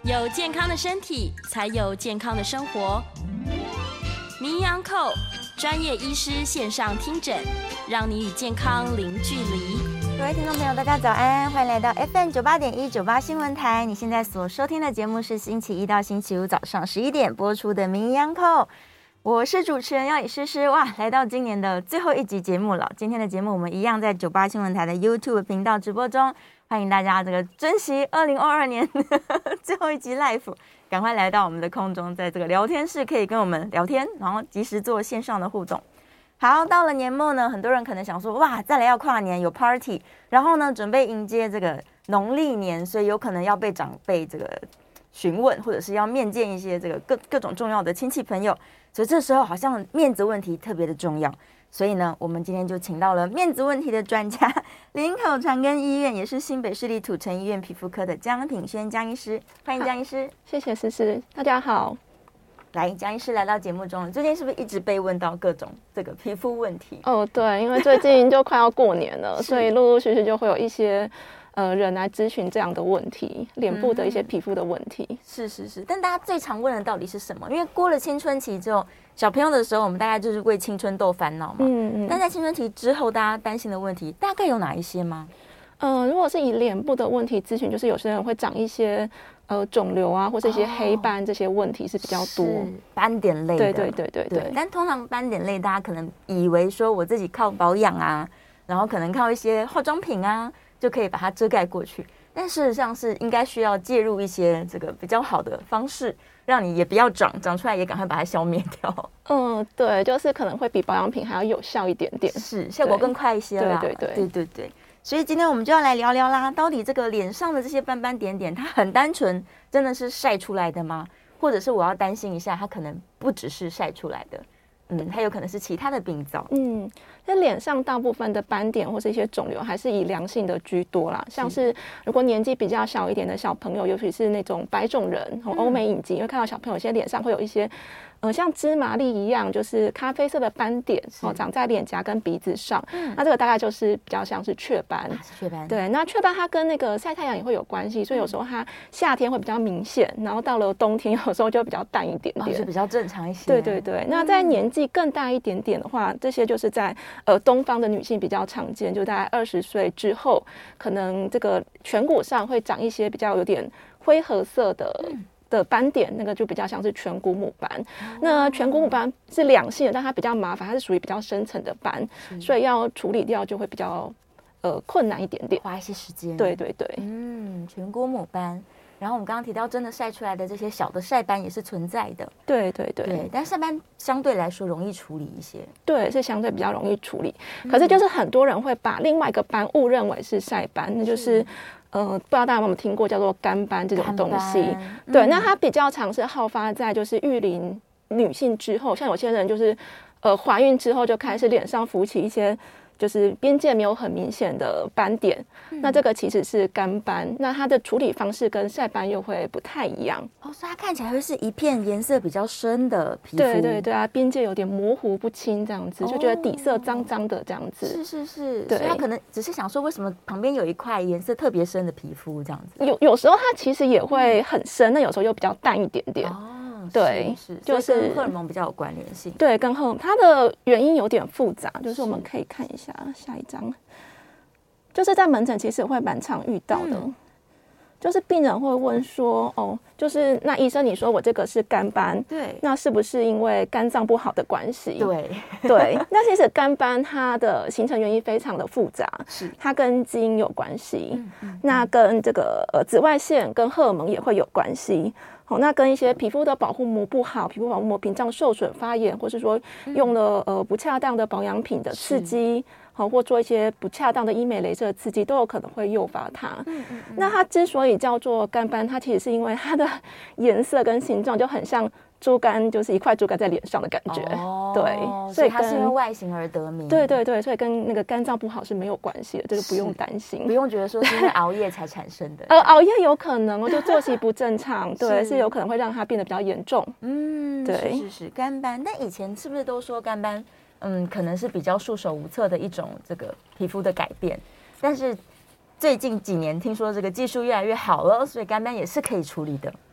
有健康的身体，才有健康的生活。名医昂扣专业医师线上听诊，让你与健康零距离。 各位听众朋友，大家早安，欢迎来到 FM 98.1 98新闻台。你现在所收听的节目是星期一到星期五早上11点播出的名医昂扣，我是主持人要李诗诗。哇，来到今年的最后一集节目了。今天的节目我们一样在98新闻台的 YouTube 频道直播中，欢迎大家这个珍惜2022年最后一集 Live， 赶快来到我们的空中，在这个聊天室可以跟我们聊天，然后及时做线上的互动。好，到了年末呢，很多人可能想说，哇，再来要跨年有 party， 然后呢，准备迎接这个农历年，所以有可能要被长辈这个询问，或者是要面见一些这个各种重要的亲戚朋友，所以这时候好像面子问题特别的重要。所以呢，我们今天就请到了面子问题的专家，林口长庚医院也是新北市立土城医院皮肤科的江品轩江医师，欢迎江医师。 谢谢诗诗，大家好。 来，江医师来到节目中了，最近是不是一直被问到各种这个皮肤问题？ 哦，对，因为最近就快要过年了，所以陆陆续续就会有一些人来咨询这样的问题，脸部的一些皮肤的问题。 是，但大家最常问的到底是什么？因为过了青春期之后，小朋友的时候，我们大概就是为青春痘烦恼嘛。但在青春期之后，大家担心的问题大概有哪一些吗？ 如果是以脸部的问题咨询，就是有些人会长一些肿瘤啊，或者一些黑斑，这些问题是比较多， 斑点类的。 对。 但通常斑点类，大家可能以为说我自己靠保养啊，然后可能靠一些化妆品啊，就可以把它遮盖过去。但事实上是应该需要介入一些这个比较好的方式，让你也不要长出来，也赶快把它消灭掉。 对，就是可能会比保养品还要有效一点点， 是效果更快一些啦。对。所以今天我们就要来聊聊啦，到底这个脸上的这些斑斑点点，它很单纯，真的是晒出来的吗？或者是我要担心一下，它可能不只是晒出来的，它有可能是其他的病灶。 在脸上大部分的斑点或是一些肿瘤还是以良性的居多啦，像是如果年纪比较小一点的小朋友，尤其是那种白种人，欧美影集，因为看到小朋友有些脸上会有一些像芝麻粒一样，就是咖啡色的斑点长在脸颊跟鼻子上。那这个大概就是比较像是雀斑。 雀斑。对， 那雀斑它跟那个晒太阳也会有关系，所以有时候它夏天会比较明显，然后到了冬天有时候就比较淡一点点， 就比较正常一些。 对。那在年纪更大一点点的话，这些就是在东方的女性比较常见，就大概20岁之后，可能这个颧骨上会长一些比较有点灰褐色的斑点，那个就比较像是颧骨母斑。那颧骨母斑是两性的，但它比较麻烦，它是属于比较深层的斑，所以要处理掉就会比较困难一点点， 花一些时间。 对。 颧骨母斑。然后我们刚刚提到，真的晒出来的这些小的晒斑也是存在的。 对。 但晒斑相对来说容易处理一些。对， 是相对比较容易处理。可是就是很多人会把另外一个斑误认为是晒斑，那就是不知道大家有没有听过叫做干斑这种东西。对，那它比较常是好发在就是育龄女性之后，像有些人就是怀孕之后就开始脸上浮起一些就是边界没有很明显的斑点，那这个其实是干斑，那它的处理方式跟晒斑又会不太一样。 所以它看起来会是一片颜色比较深的皮肤。 对啊，边界有点模糊不清这样子，就觉得底色脏脏的这样子。 是。对，所以他可能只是想说，为什么旁边有一块颜色特别深的皮肤这样子？ 有时候它其实也会很深，那有时候又比较淡一点点。对， 就是跟荷尔蒙比较有关联性。 对，跟荷尔蒙它的原因有点复杂，就是我们可以看一下下一张，就是在门诊其实会蛮常遇到的。就是病人会问说，就是那医生你说我这个是干斑， 对， 那是不是因为肝脏不好的关系？ 对， 那其实干斑它的形成原因非常的复杂，是它跟基因有关系，那跟这个紫外线跟荷尔蒙也会有关系。那跟一些皮肤的保护膜不好，皮肤保护膜屏障受损发炎，或是说用了不恰当的保养品的刺激，或做一些不恰当的医美雷射刺激，都有可能会诱发它。那它之所以叫做干斑，它其实是因为它的颜色跟形状就很像猪肝，就是一块猪肝在脸上的感觉。对， 所以它是因为外形而得名。 对，所以跟那个肝脏不好是没有关系的，这个不用担心， 不用觉得说是因为熬夜才产生的。 熬夜有可能，就作息不正常，对，是有可能会让它变得比较严重。 对，是干斑。但以前是不是都说干斑，可能是比较束手无策的一种这个皮肤的改变？但是最近几年听说这个技术越来越好了，所以干斑也是可以处理的。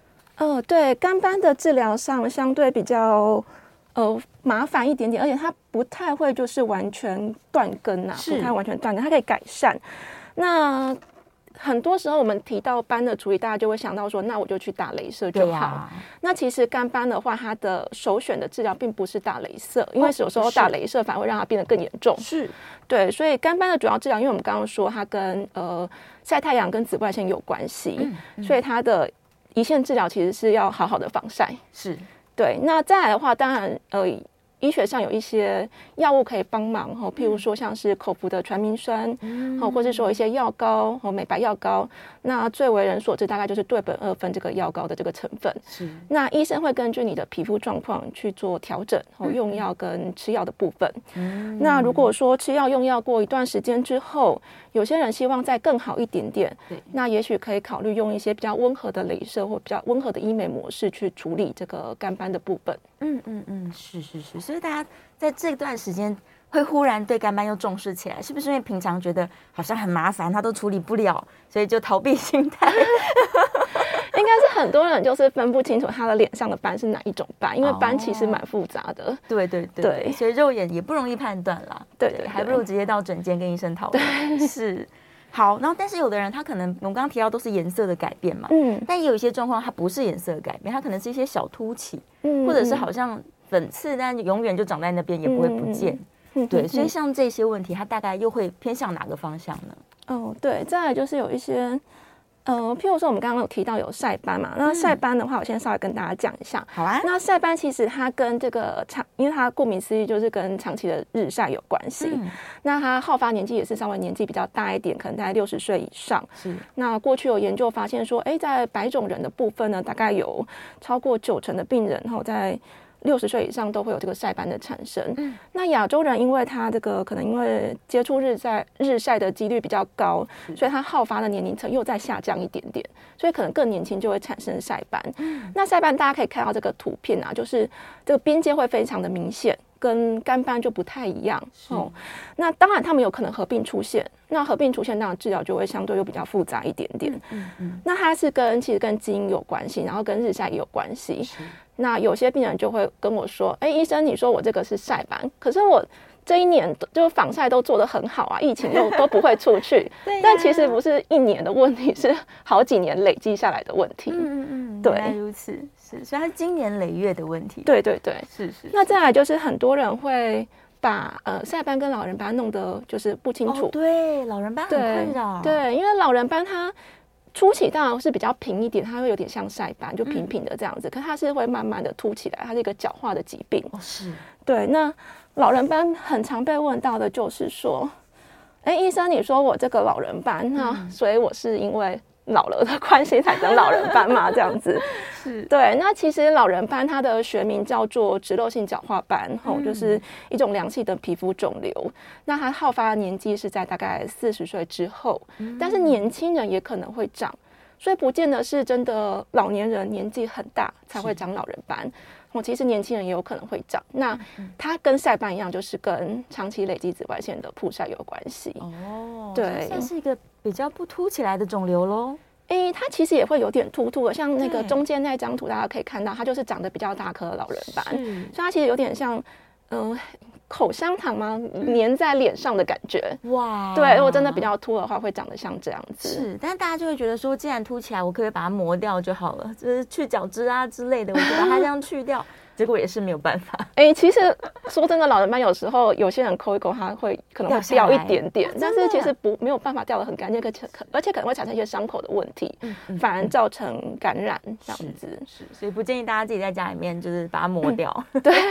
对，肝斑的治疗上相对比较麻烦一点点，而且它不太会就是完全断根啊，不太完全断根，它可以改善。那很多时候我们提到斑的处理，大家就会想到说，那我就去打雷射就好。那其实肝斑的话，它的首选的治疗并不是打雷射，因为有时候打雷射反而会让它变得更严重。对，所以肝斑的主要治疗，因为我们刚刚说它跟晒太阳跟紫外线有关系，所以它的一线治疗其实是要好好的防晒。对。那再来的话，当然医学上有一些药物可以帮忙，譬如说像是口服的传明酸，或者说一些药膏，美白药膏。那最为人所知大概就是对苯2酚这个药膏的这个成分。那医生会根据你的皮肤状况去做调整，用药跟吃药的部分。那如果说吃药用药过一段时间之后，有些人希望再更好一点点，那也许可以考虑用一些比较温和的雷射或比较温和的医美模式去处理这个肝斑的部分。 是。所以大家在这段时间会忽然对肝斑又重视起来，是不是因为平常觉得好像很麻烦，他都处理不了，所以就逃避心态？ 应该是很多人就是分不清楚他的脸上的斑是哪一种斑，因为斑其实蛮复杂的。 对，所以肉眼也不容易判断啦。 对， 还不如直接到诊间跟医生讨论。是。好，然后但是有的人他可能我们刚刚提到都是颜色的改变嘛，但也有一些状况它不是颜色的改变，它可能是一些小凸起，或者是好像粉刺，但永远就长在那边也不会不见。对，所以像这些问题，它大概又会偏向哪个方向呢？ 对，再来就是有一些。譬如说我们刚刚有提到有晒斑嘛，那晒斑的话，我先稍微跟大家讲一下。 好啊。 那晒斑其实它跟这个因为它顾名思义就是跟长期的日晒有关系。那它好发年纪也是稍微年纪比较大一点，可能大概60岁以上。那过去有研究发现说，在白种人的部分呢，大概有超过90%的病人在60岁以上都会有这个晒斑的产生。那亚洲人因为他这个可能因为接触日晒的几率比较高，所以他好发的年龄层又再下降一点点，所以可能更年轻就会产生晒斑。那晒斑大家可以看到这个图片啊，就是这个边界会非常的明显，跟肝斑就不太一样。那当然他们有可能合并出现，那合并出现当然治疗就会相对又比较复杂一点点。那它是其实跟基因有关系，然后跟日晒也有关系。那有些病人就会跟我说，医生你说我这个是晒斑，可是我这一年就防晒都做得很好啊，疫情都不会出去。但其实不是1年的问题，是好几年累积下来的问题。 对，原来如此。是，所以它是经年累月的问题。 对， 是。 那再来就是很多人会把晒斑跟老人斑弄得就是不清楚。 对，老人斑很困扰。 对，因为老人斑它初期当然是比较平一点，它会有点像晒斑，就平平的这样子。可是它是会慢慢的凸起来，它是一个角化的疾病。对。那老人斑很常被问到的就是说，医生你说我这个老人斑，那所以我是因为老了的关系产生老人斑嘛？这样子。对。那其实老人斑它的学名叫做脂漏性角化斑，就是一种良性的皮肤肿瘤。那它好发的年纪是在大概40岁之后，但是年轻人也可能会长，所以不见得是真的老年人年纪很大才会长老人斑。其实年轻人也有可能会长。那它跟晒斑一样，就是跟长期累积紫外线的曝晒有关系。对， 算是一个比较不凸起来的肿瘤咯。 它其实也会有点凸凸的，像那个中间那张图，大家可以看到，它就是长得比较大颗的老人斑，所以它其实有点像口香糖吗？粘在脸上的感觉。哇！对，如果真的比较凸的话，会长得像这样子。 是，但是大家就会觉得说，既然凸起来，我可不可以把它磨掉就好了，就是去角质啊之类的，我就把它这样去掉。结果也是没有办法。 其实说真的，老人斑有时候有些人抠一抠，它会可能会掉一点点，但是其实没有办法掉得很干净，而且可能会产生一些伤口的问题，反而造成感染这样子。 是，所以不建议大家自己在家里面就是把它磨掉。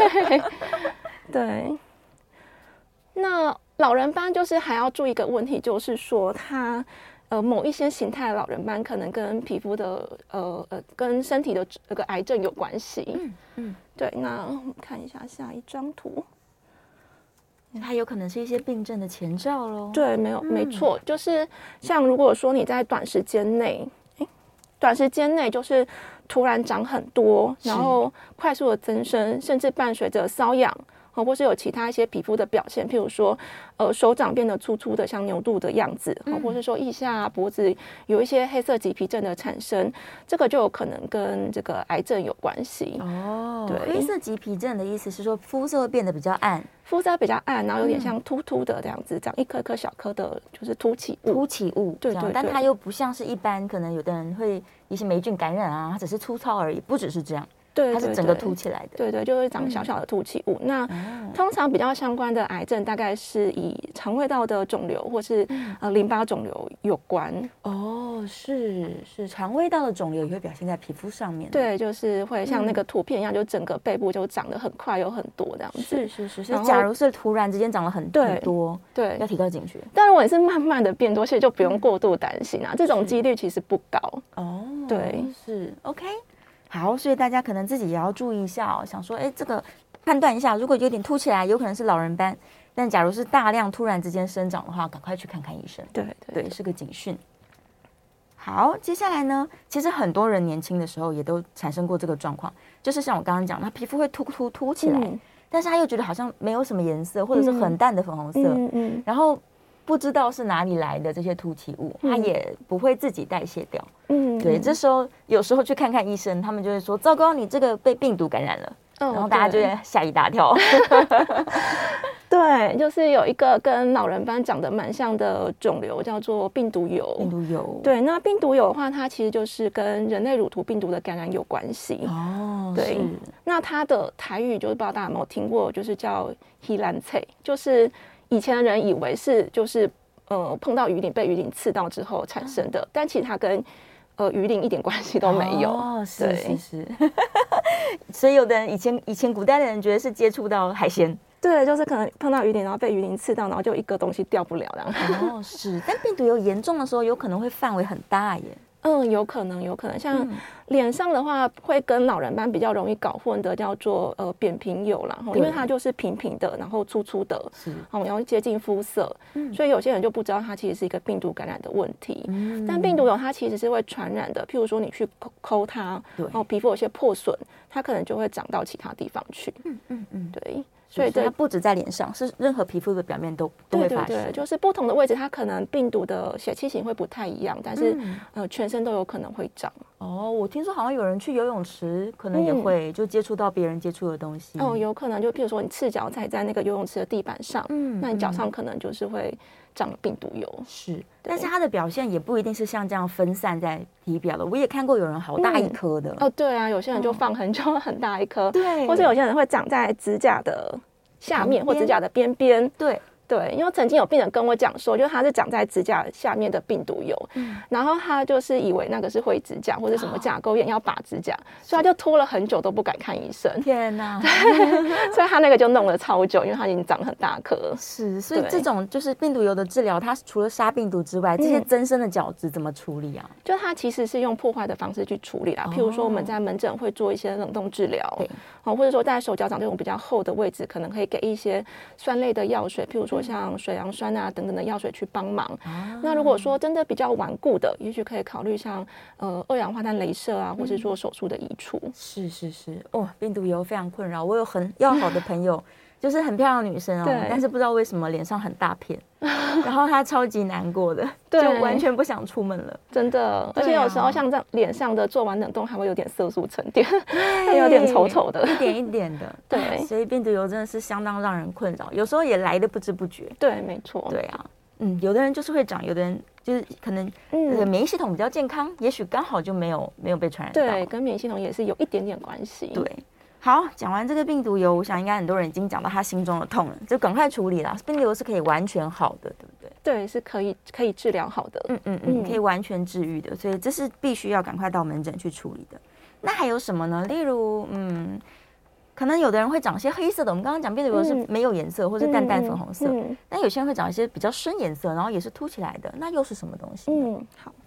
对。那老人斑就是还要注意一个问题，就是说它某一些形态的老人斑可能跟皮肤的跟身体的这个癌症有关系。对。那我们看一下下一张图， 它有可能是一些病症的前兆咯。 对，没错，就是像如果说你在短时间内就是突然长很多，然后快速的增生，甚至伴随着瘙痒或是有其他一些皮肤的表现，譬如说手掌变得粗粗的像牛肚的样子，或是说腋下脖子有一些黑色棘皮症的产生，这个就有可能跟这个癌症有关系。 对，黑色棘皮症的意思是说肤色会变得比较暗， 肤色比较暗，然后有点像凸凸的这样子，长一颗颗小颗的，就是凸起物。对， 但它又不像是一般，可能有的人会一些霉菌感染啊，它只是粗糙而已，不只是这样。 对， 它是整个凸起来的。 对，就会长小小的凸起物。那通常比较相关的癌症，大概是以肠胃道的肿瘤或是淋巴肿瘤有关。 是肠胃道的肿瘤也会表现在皮肤上面。 对，就是会像那个图片一样，就整个背部就长得很快，有很多这样子。 是。所以假如是突然之间长了很多， 对， 要提高警觉。 但如果你是慢慢的变多，其实就不用过度担心啊，这种几率其实不高。对， 是 OK。好，所以大家可能自己也要注意一下想说，这个判断一下，如果有点凸起来，有可能是老人斑，但假如是大量突然之间生长的话，赶快去看看医生。对，是个警讯。好，接下来呢，其实很多人年轻的时候也都产生过这个状况，就是像我刚刚讲，他皮肤会凸起来，但是他又觉得好像没有什么颜色，或者是很淡的粉红色，然后不知道是哪里来的这些凸起物，它也不会自己代谢掉。对，这时候有时候去看看医生，他们就会说：“糟糕，你这个被病毒感染了。”然后大家就会吓一大跳。 对，就是有一个跟老人斑长得蛮像的肿瘤，叫做病毒疣。对，那病毒疣的话，它其实就是跟人类乳头病毒的感染有关系。对。那它的台语就是不知道大家有没有听过，就是叫稀兰菜，就是以前的人以为是就是碰到鱼鳞被鱼鳞刺到之后产生的，但其实它跟鱼鳞一点关系都没有。 是。所以有的人以前古代的人觉得是接触到海鲜。 对，就是可能碰到鱼鳞，然后被鱼鳞刺到，然后就一个东西掉不了这样。是，但病毒疣严重的时候，有可能会范围很大耶。 有可能，像脸上的话，会跟老人斑比较容易搞混的，叫做扁平疣啦，因为它就是平平的，然后粗粗的，然后接近肤色，所以有些人就不知道它其实是一个病毒感染的问题。但病毒疣它其实是会传染的，譬如说你去抠它，然后皮肤有些破损，它可能就会长到其他地方去。对。 所以它不止在脸上，是任何皮肤的表面都会发生。 对，就是不同的位置，它可能病毒的血气型会不太一样，但是全身都有可能会长。 我听说好像有人去游泳池，可能也会就接触到别人接触的东西。 有可能就譬如说你赤脚踩在那个游泳池的地板上，那你脚上可能就是会长病毒疣。 是，但是它的表现也不一定是像这样分散在体表的。我也看过有人好大一颗的。 对啊，有些人就放很久很大一颗， 对， 或者有些人会长在指甲的下面或指甲的边边。对，因为曾经有病人跟我讲说，就是他是长在指甲下面的病毒疣，然后他就是以为那个是灰指甲或者什么甲沟炎要拔指甲，所以他就拖了很久都不敢看医生。 天哪！ 所以他那个就弄了超久，因为他已经长很大颗。 是，所以这种就是病毒疣的治疗，它除了杀病毒之外，这些增生的角质怎么处理啊？ 就它其实是用破坏的方式去处理啦，譬如说我们在门诊会做一些冷冻治疗，或者说在手脚掌这种比较厚的位置，可能可以给一些酸类的药水，譬如说像水杨酸啊等等的药水去帮忙。那如果说真的比较顽固的，也许可以考虑像二氧化碳雷射啊，或是做手术的移除。 是病毒疣非常困扰。我有很要好的朋友，就是很漂亮的女生但是不知道为什么脸上很大片，然后她超级难过的，就完全不想出门了， 真的。而且有时候像这脸上的做完冷冻，还会有点色素沉淀，还有点丑丑的， 一点一点的。对，所以病毒疣真的是相当让人困扰，有时候也来的不知不觉。 对，没错。 对啊，有的人就是会长，有的人就是可能免疫系统比较健康，也许刚好就没有被传染到。 对，跟免疫系统也是有一点点关系。 对。好，讲完这个病毒疣，我想应该很多人已经讲到他心中的痛了，就赶快处理啦。病毒疣是可以完全好的，对不对？ 对，是可以治疗好的。 可以完全治愈的，所以这是必须要赶快到门诊去处理的。那还有什么呢？例如，可能有的人会长一些黑色的，我们刚刚讲病毒疣是没有颜色或是淡淡粉红色，但有些人会长一些比较深颜色，然后也是凸起来的，那又是什么东西？ 好。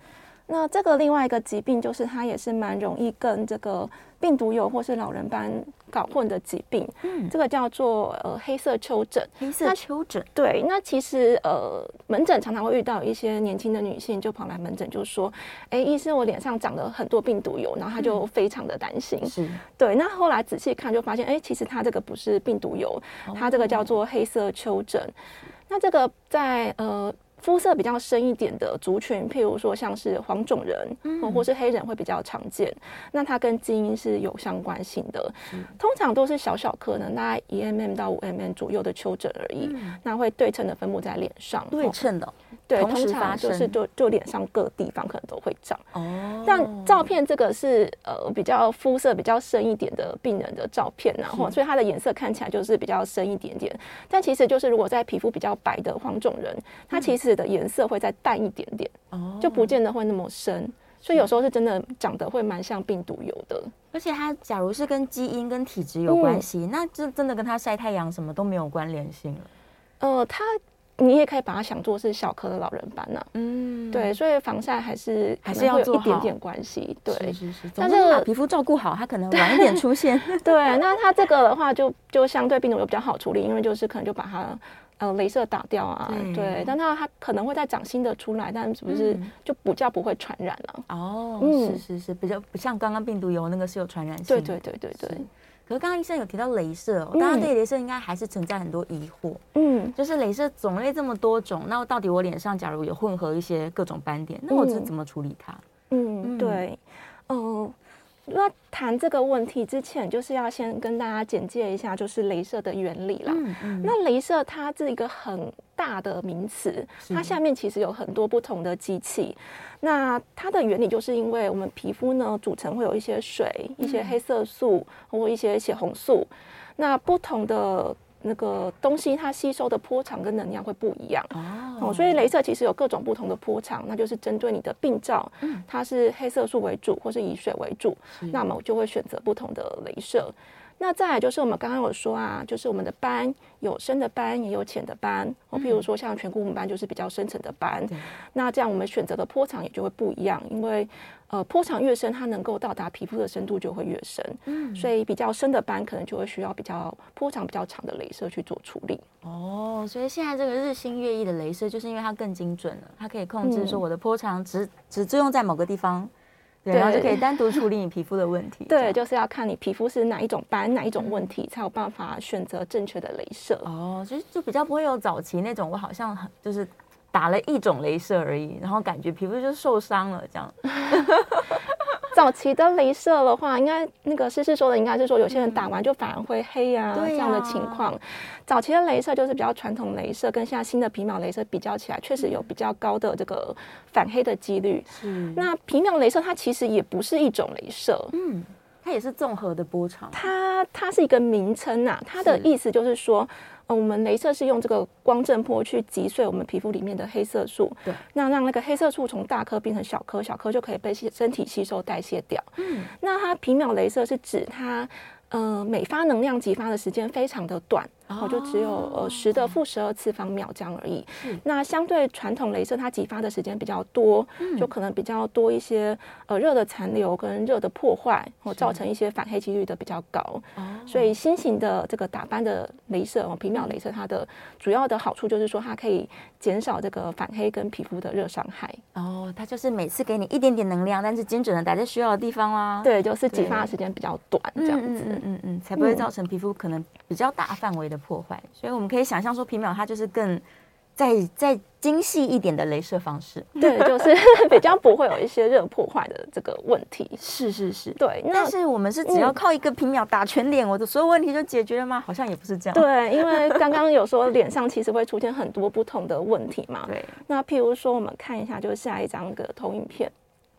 那这个另外一个疾病就是它也是蛮容易跟这个病毒疣或是老人斑搞混的疾病，这个叫做黑色丘疹。 黑色丘疹， 对，那其实门诊常常会遇到一些年轻的女性就跑来门诊就说，医生我脸上长了很多病毒疣，然后她就非常的担心。 是， 对，那后来仔细看就发现，其实她这个不是病毒疣，它这个叫做黑色丘疹。那这个在肤色比较深一点的族群，譬如说像是黄种人，或是黑人会比较常见。那它跟基因是有相关性的，通常都是小小颗的，大概1mm到5mm左右的丘疹而已。那会对称的分布在脸上， 对称的， 对， 同时通常就是就脸上各地方可能都会长。但照片这个是比较肤色比较深一点的病人的照片，然后所以它的颜色看起来就是比较深一点点。但其实就是如果在皮肤比较白的黄种人，它其实的颜色会再淡一点点，就不见得会那么深，所以有时候是真的长得会蛮像病毒疣的。 而且它假如是跟基因跟体质有关系，那就真的跟它晒太阳什么都没有关联性了。 你也可以把它想作是小颗的老人斑呐，对，所以防晒还是要做好一点点关系，对， 是，但是把皮肤照顾好，它可能晚一点出现。 对，那它这个的话就相对病毒疣比较好处理，因为就是可能就把它雷射打掉啊，对，但它可能会再长新的出来，但是不是就比较不会传染了。 是，比较不像刚刚病毒疣那个是有传染性。 对。 可是刚刚医生有提到雷射，大家对雷射应该还是存在很多疑惑。就是雷射种类这么多种，那到底我脸上假如有混合一些各种斑点，那我是怎么处理它？ 对，那谈这个问题之前，就是要先跟大家简介一下，就是雷射的原理啦。那雷射它是一个很大的名词，它下面其实有很多不同的机器。那它的原理就是因为我们皮肤呢组成会有一些水、一些黑色素或一些血红素，那不同的那个东西它吸收的波长跟能量会不一样所以雷射其实有各种不同的波长，那就是针对你的病灶，它是黑色素为主或是以水为主，那么我就会选择不同的雷射。那再来就是我们刚刚有说就是我们的斑有深的斑也有浅的斑譬如说像颧骨母斑就是比较深层的斑，那这样我们选择的波长也就会不一样，因为波长越深，它能够到达皮肤的深度就会越深，所以比较深的斑可能就会需要比较波长比较长的雷射去做处理。 所以现在这个日新月异的雷射，就是因为它更精准了，它可以控制说我的波长只作用在某个地方。对，然后就可以单独处理你皮肤的问题。 对，就是要看你皮肤是哪一种斑、哪一种问题，才有办法选择正确的雷射。 就比较不会有早期那种我好像就是打了一种雷射而已，然后感觉皮肤就受伤了这样。 早期的雷射的话，应该那个诗诗说的，应该是说有些人打完就反而会黑这样的情况。早期的雷射就是比较传统雷射，跟现在新的皮秒雷射比较起来，确实有比较高的这个反黑的几率。那皮秒雷射它其实也不是一种雷射， 它也是综合的波长。 它是一个名称它的意思就是说。我们雷射是用这个光振波去击碎我们皮肤里面的黑色素， 对， 那让那个黑色素从大颗变成小颗，小颗就可以被身体吸收代谢掉。那它皮秒雷射是指它每发能量激发的时间非常的短，然后就只有10的-12次方秒这样而已。那相对传统雷射，它激发的时间比较多，就可能比较多一些热的残留跟热的破坏，造成一些反黑几率的比较高。所以新型的这个打斑的雷射皮秒雷射，它的主要的好处就是说，它可以减少这个反黑跟皮肤的热伤害。 它就是每次给你一点点能量，但是精准的打在需要的地方啦。 对，就是激发的时间比较短，这样子。 才不会造成皮肤可能比较大范围的破坏。所以我们可以想象说，皮秒它就是更再精细一点的雷射方式。 对，就是比较不会有一些热破坏的这个问题。 是。 对， 但是我们是只要靠一个皮秒打全脸，我的所有问题就解决了吗？好像也不是这样。 对，因为刚刚有说脸上其实会出现很多不同的问题嘛。 对。 那譬如说，我们看一下，就是下一张的投影片。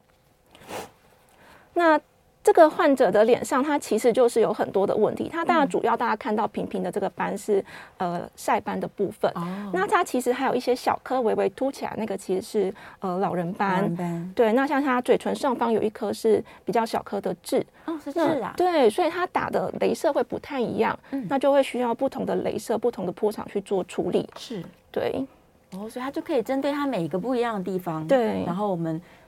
那这个患者的脸上，它其实就是有很多的问题。它当然主要大家看到平平的这个斑是晒斑的部分。那它其实还有一些小颗微微凸起来，那个其实是老人斑。对，那像它嘴唇上方有一颗是比较小颗的痣。 是痣啊。 对，所以它打的雷射会不太一样，那就会需要不同的雷射、不同的波长去做处理。 是， 对。 所以它就可以针对它每一个不一样的地方。 对。 然后我们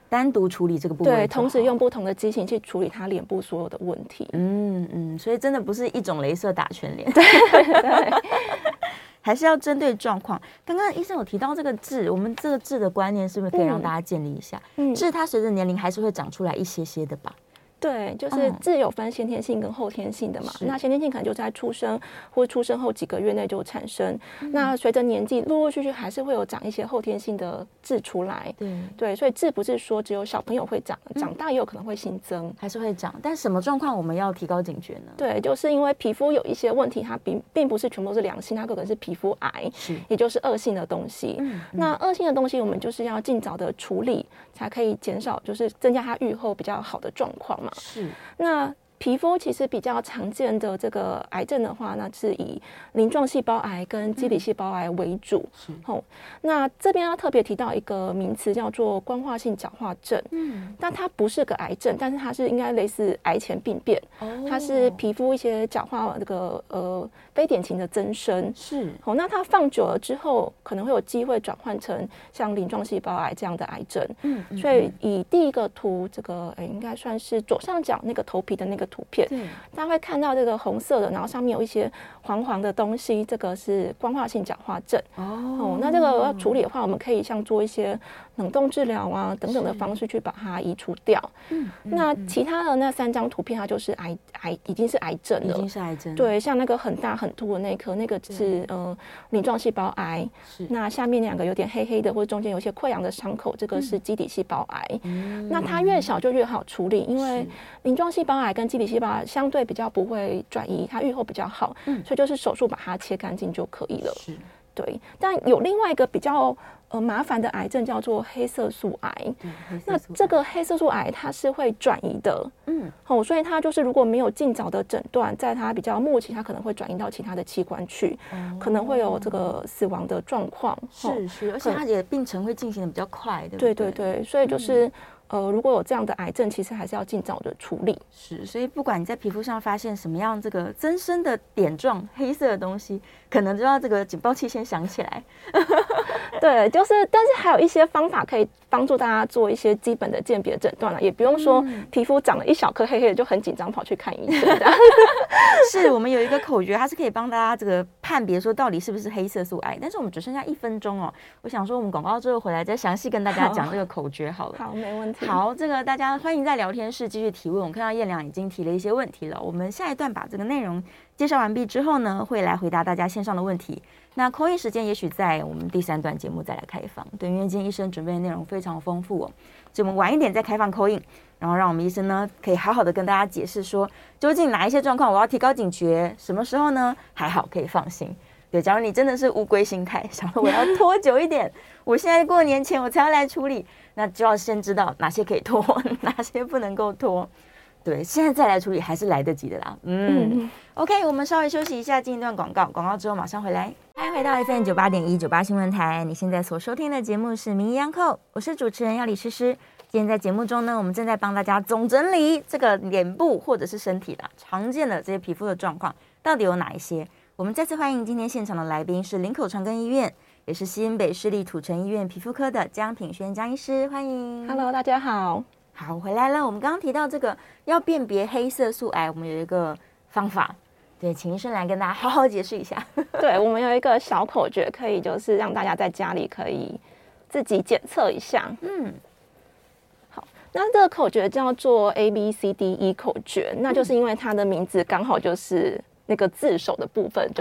单独处理这个部位， 对，同时用不同的机型去处理他脸部所有的问题。 所以真的不是一种雷射打全脸， 对对， 还是要针对状况。刚刚医生有提到这个痣，我们这个痣的观念是不是可以让大家建立一下？痣它随着年龄还是会长出来一些些的吧？ 对，就是痣有分先天性跟后天性的嘛。那先天性可能就在出生或出生后几个月内就产生，那随着年纪陆陆续续还是会有长一些后天性的痣出来。对，所以痣不是说只有小朋友会长，长大也有可能会新增， 还是会长。但什么状况我们要提高警觉呢？ 对，就是因为皮肤有一些问题，它并不是全部都是良性，它可能是皮肤癌，也就是恶性的东西。那恶性的东西我们就是要尽早的处理，才可以减少，就是增加它预后比较好的状况嘛。 是， 那皮肤其实比较常见的这个癌症的话，那是以鳞状细胞癌跟基底细胞癌为主。那这边要特别提到一个名词叫做光化性角化症。但它不是个癌症，但是它是应该类似癌前病变。它是皮肤一些角化这个非典型的增生。那它放久了之后，可能会有机会转换成像鳞状细胞癌这样的癌症。所以以第一个图，这个应该算是左上角那个头皮的那个图片，大家会看到这个红色的，然后上面有一些黄黄的东西，这个是光化性角化症。那这个要处理的话，我们可以像做一些冷冻治疗啊等等的方式去把它移除掉。那其他的那3张图片，它就是已经是癌症了， 已经是癌症。 对，像那个很大很凸的那颗，那个是鳞状细胞癌。那下面2个有点黑黑的，或者中间有一些溃疡的伤口，这个是基底细胞癌。那它越小就越好处理，因为鳞状细胞癌跟基底细胞癌相对比较不会转移，它预后比较好，所以就是手术把它切干净就可以了。对，但有另外一个比较麻烦的癌症叫做黑色素癌。那这个黑色素癌它是会转移的。所以它就是如果没有尽早的诊断，在它比较末期，它可能会转移到其他的器官去，可能会有这个死亡的状况。 是，而且它也病程会进行的比较快，对不对？ 对，所以就是如果有这样的癌症，其实还是要尽早的处理。 所以不管你在皮肤上发现什么样这个增生的点状黑色的东西，可能就要这个警报器先响起来。 对，就是，但是还有一些方法可以帮助大家做一些基本的鉴别诊断了，也不用说皮肤长了一小颗黑黑的就很紧张跑去看医生。 是我们有一个口诀，它是可以帮大家这个判别说到底是不是黑色素癌。但是我们只剩下1分钟哦，我想说我们广告之后回来再详细跟大家讲这个口诀好了。 好，没问题。 好，这个大家欢迎在聊天室继续提问。我看到燕良已经提了一些问题了，我们下一段把这个内容介绍完毕之后呢，会来回答大家线上的问题。那call in时间也许在我们第3段节目再来开放。对，因为今天医生准备的内容非常丰富哦，所以我们晚一点再开放call in，然后让我们医生呢可以好好的跟大家解释说，究竟哪一些状况我要提高警觉，什么时候呢还好可以放心。对，假如你真的是乌龟心态，想说我要拖久一点，我现在过年前我才要来处理，那就要先知道哪些可以拖，哪些不能够拖。对，现在再来处理还是来得及的啦。OK， 我们稍微休息一下，进一段广告，广告之后马上回来。欢迎回到 FM98.1 98新闻台，你现在所收听的节目是名医央叩，我是主持人要李诗诗。今天在节目中呢，我们正在帮大家总整理这个脸部或者是身体啦常见的这些皮肤的状况到底有哪一些。我们再次欢迎今天现场的来宾是林口长庚医院，也是西恩北市立土城医院皮肤科的江品轩江医师，欢迎。 Hello， 大家好。 好，回来了。我们刚刚提到这个要辨别黑色素癌，我们有一个方法，对，请医生来跟大家好好解释一下。 对，我们有一个小口诀，可以就是让大家在家里可以自己检测一下。好，那这个口诀叫做 ABCDE 口诀，那就是因为它的名字刚好就是那个字首的部分，就是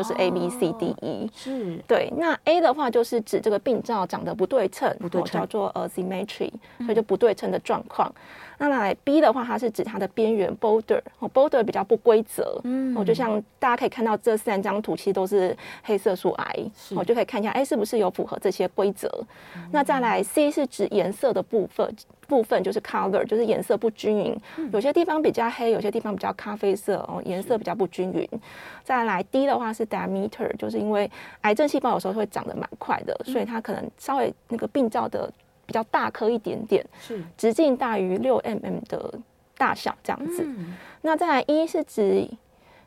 ABCDE。是，对。那 A 的话就是指这个病灶长得不对称，叫做 asymmetry， 所以就不对称的状况。那来 B 的话，它是指它的边缘 border 比较不规则。就像大家可以看到这3张图，其实都是黑色素癌，我就可以看一下，是不是有符合这些规则。那再来 C 是指颜色的部分就是 color， 就是颜色不均匀，有些地方比较黑，有些地方比较咖啡色，颜色比较不均匀。再来 D 的话是 diameter， 就是因为癌症细胞有时候会长得蛮快的，所以它可能稍微那个病灶的比较大颗一点点，是直径大于6 mm 的大小这样子。那再来 E 是指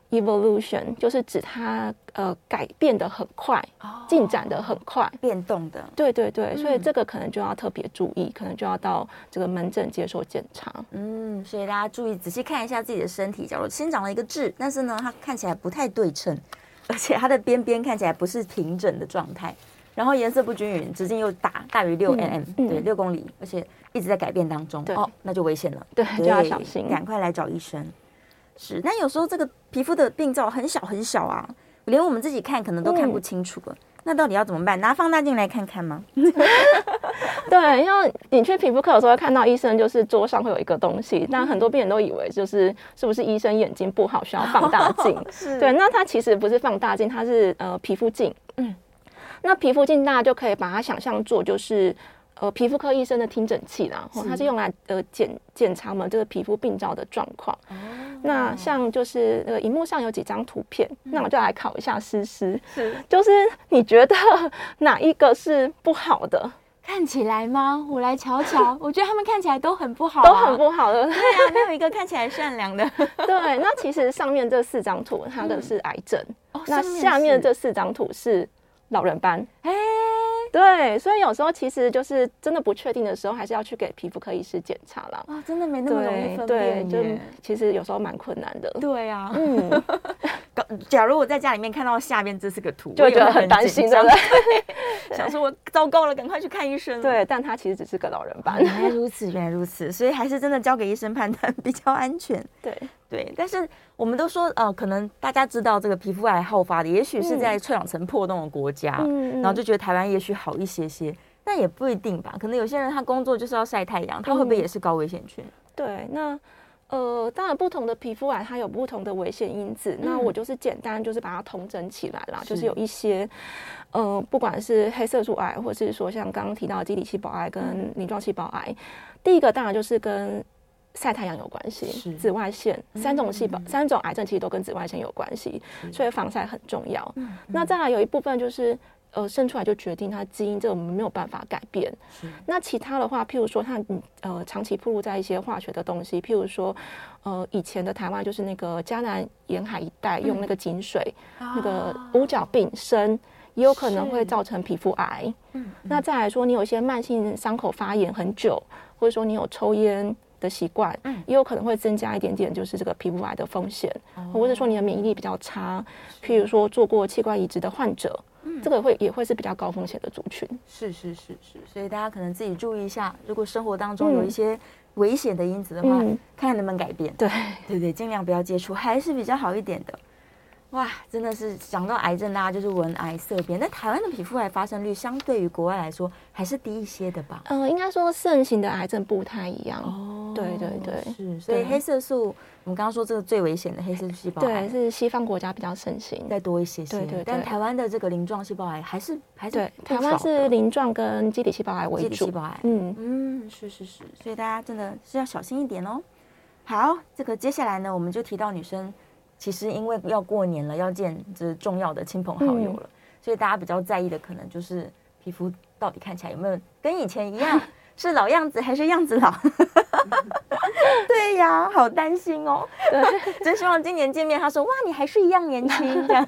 evolution 就是指它改变的很快，进展的很快， 变动的。 对对对，所以这个可能就要特别注意，可能就要到这个门诊接受检查。 所以大家注意仔细看一下自己的身体，假如新长了一个痣，但是呢它看起来不太对称，而且它的边边看起来不是平整的状态，然后颜色不均匀，直径又大于6 mm，对，6公里，而且一直在改变当中，那就危险了， 对，就要小心， 赶快来找医生。是，但有时候这个皮肤的病灶很小很小啊，连我们自己看可能都看不清楚了。那到底要怎么办？拿放大镜来看看吗？ 对，因为你去皮肤科有时候会看到医生，就是桌上会有一个东西，但很多病人都以为是不是医生眼睛不好需要放大镜？对，那它其实不是放大镜，它是皮肤镜。那皮肤镜大家就可以把它想象做就是皮肤科医生的听诊器啦，它是用来检查我们这个皮肤病灶的状况。那像就是荧幕上有几张图片，那我就来考一下诗诗，就是你觉得哪一个是不好的？ 看起来吗？我来瞧瞧。我觉得他们看起来都很不好， 都很不好的。 对啊，没有一个看起来善良的。 对，那其实上面这4张图，它的是癌症，那下面这4张图是老人斑。对，所以有时候其实就是真的不确定的时候，还是要去给皮肤科医师检查啦。 真的没那么容易分辨耶。 对，就其实有时候蛮困难的。 对啊，假如我在家里面看到下面这是个图， 就会觉得很担心，对不对？ 想说我糟糕了，赶快去看医生。 对，但它其实只是个老人斑。 原来如此，原来如此，所以还是真的交给医生判断比较安全。对，但是我们都说，可能大家知道这个皮肤癌好发的，也许是在臭氧层破洞的国家，然后就觉得台湾也许好一些些，但也不一定吧。可能有些人他工作就是要晒太阳，他会不会也是高危险群？ 对，那当然不同的皮肤癌它有不同的危险因子，那我就是简单就是把它统整起来啦，就是有一些不管是黑色素癌，或是说像刚刚提到的基底细胞癌跟鳞状细胞癌，第一个当然就是跟晒太阳有关系，紫外线3种癌症其实都跟紫外线有关系，所以防晒很重要。那再来有一部分就是生出来就决定它基因，这个我们没有办法改变。那其他的话，譬如说它长期暴露在一些化学的东西，譬如说以前的台湾就是那个嘉南沿海一带用那个井水，那个五角病砷也有可能会造成皮肤癌。那再来说，你有一些慢性伤口发炎很久，或者说你有抽烟的习惯，也有可能会增加一点点就是这个皮肤癌的风险，或者说你的免疫力比较差，譬如说做过器官移植的患者，这个也会是比较高风险的族群。 是，所以大家可能自己注意一下，如果生活当中有一些危险的因子的话，看看能不能改变。对，尽量不要接触，还是比较好一点的。哇，真的是讲到癌症，大家就是闻癌色变。但台湾的皮肤癌发生率相对于国外来说还是低一些的吧？ 应该说盛行的癌症不太一样。对， 是。所以黑色素，我们刚刚说这个最危险的黑色素细胞癌， 对，是西方国家比较盛行， 再多一些些。对。但台湾的这个鳞状细胞癌还是对，台湾是鳞状跟基底细胞癌为主。 基底细胞癌，是。所以大家真的是要小心一点哦。好，这个接下来呢，我们就提到女生。其实因为要过年了，要见这重要的亲朋好友了，所以大家比较在意的可能就是皮肤到底看起来有没有跟以前一样，是老样子还是样子老？对呀，好担心哦。真希望今年见面，他说哇，你还是一样年轻这样。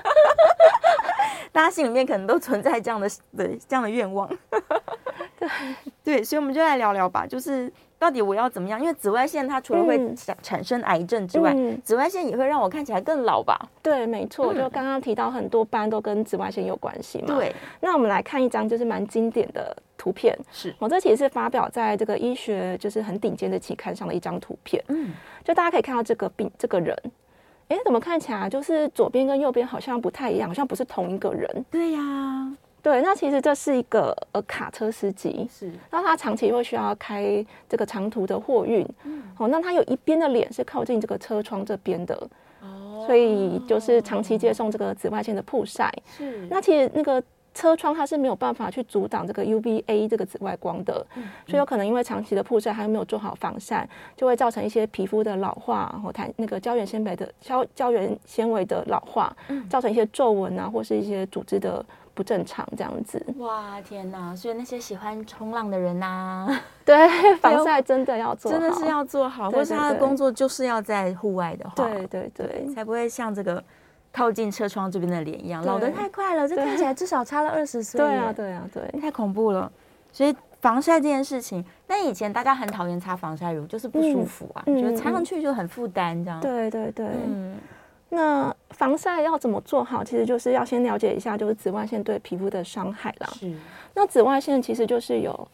大家心里面可能都存在这样的愿望。对，所以我们就来聊聊吧，就是到底我要怎么样？因为紫外线它除了会产生癌症之外，紫外线也会让我看起来更老吧？ 对，没错，就刚刚提到很多斑都跟紫外线有关系嘛。 对， 那我们来看一张就是蛮经典的图片，这其实是发表在这个医学就是很顶尖的期刊上的一张图片。就大家可以看到这个人，怎么看起来就是左边跟右边好像不太一样，好像不是同一个人。 对呀。 对，那其实这是一个卡车司机，那他长期会需要开这个长途的货运，那他有一边的脸是靠近这个车窗这边的，所以就是长期接送这个紫外线的曝晒。那其实那个车窗它是没有办法去阻挡这个 UVA 这个紫外光的，所以有可能因为长期的曝晒还没有做好防晒，就会造成一些皮肤的老化，或那个胶原纤维的老化，造成一些皱纹啊，或是一些组织的不正常这样子。 哇，天哪！所以那些喜欢冲浪的人啊， 对，防晒真的要做好， 真的是要做好，或是他的工作就是要在户外的话， 对， 才不会像这个靠近车窗这边的脸一样老得太快了，这看起来至少差了20岁。 对， 太恐怖了。所以防晒这件事情，那以前大家很讨厌擦防晒乳，就是不舒服啊，觉得擦上去就很负担这样。 对，那防晒要怎么做好？其实就是要先了解一下，就是紫外线对皮肤的伤害啦。 是， 那紫外线其实就是有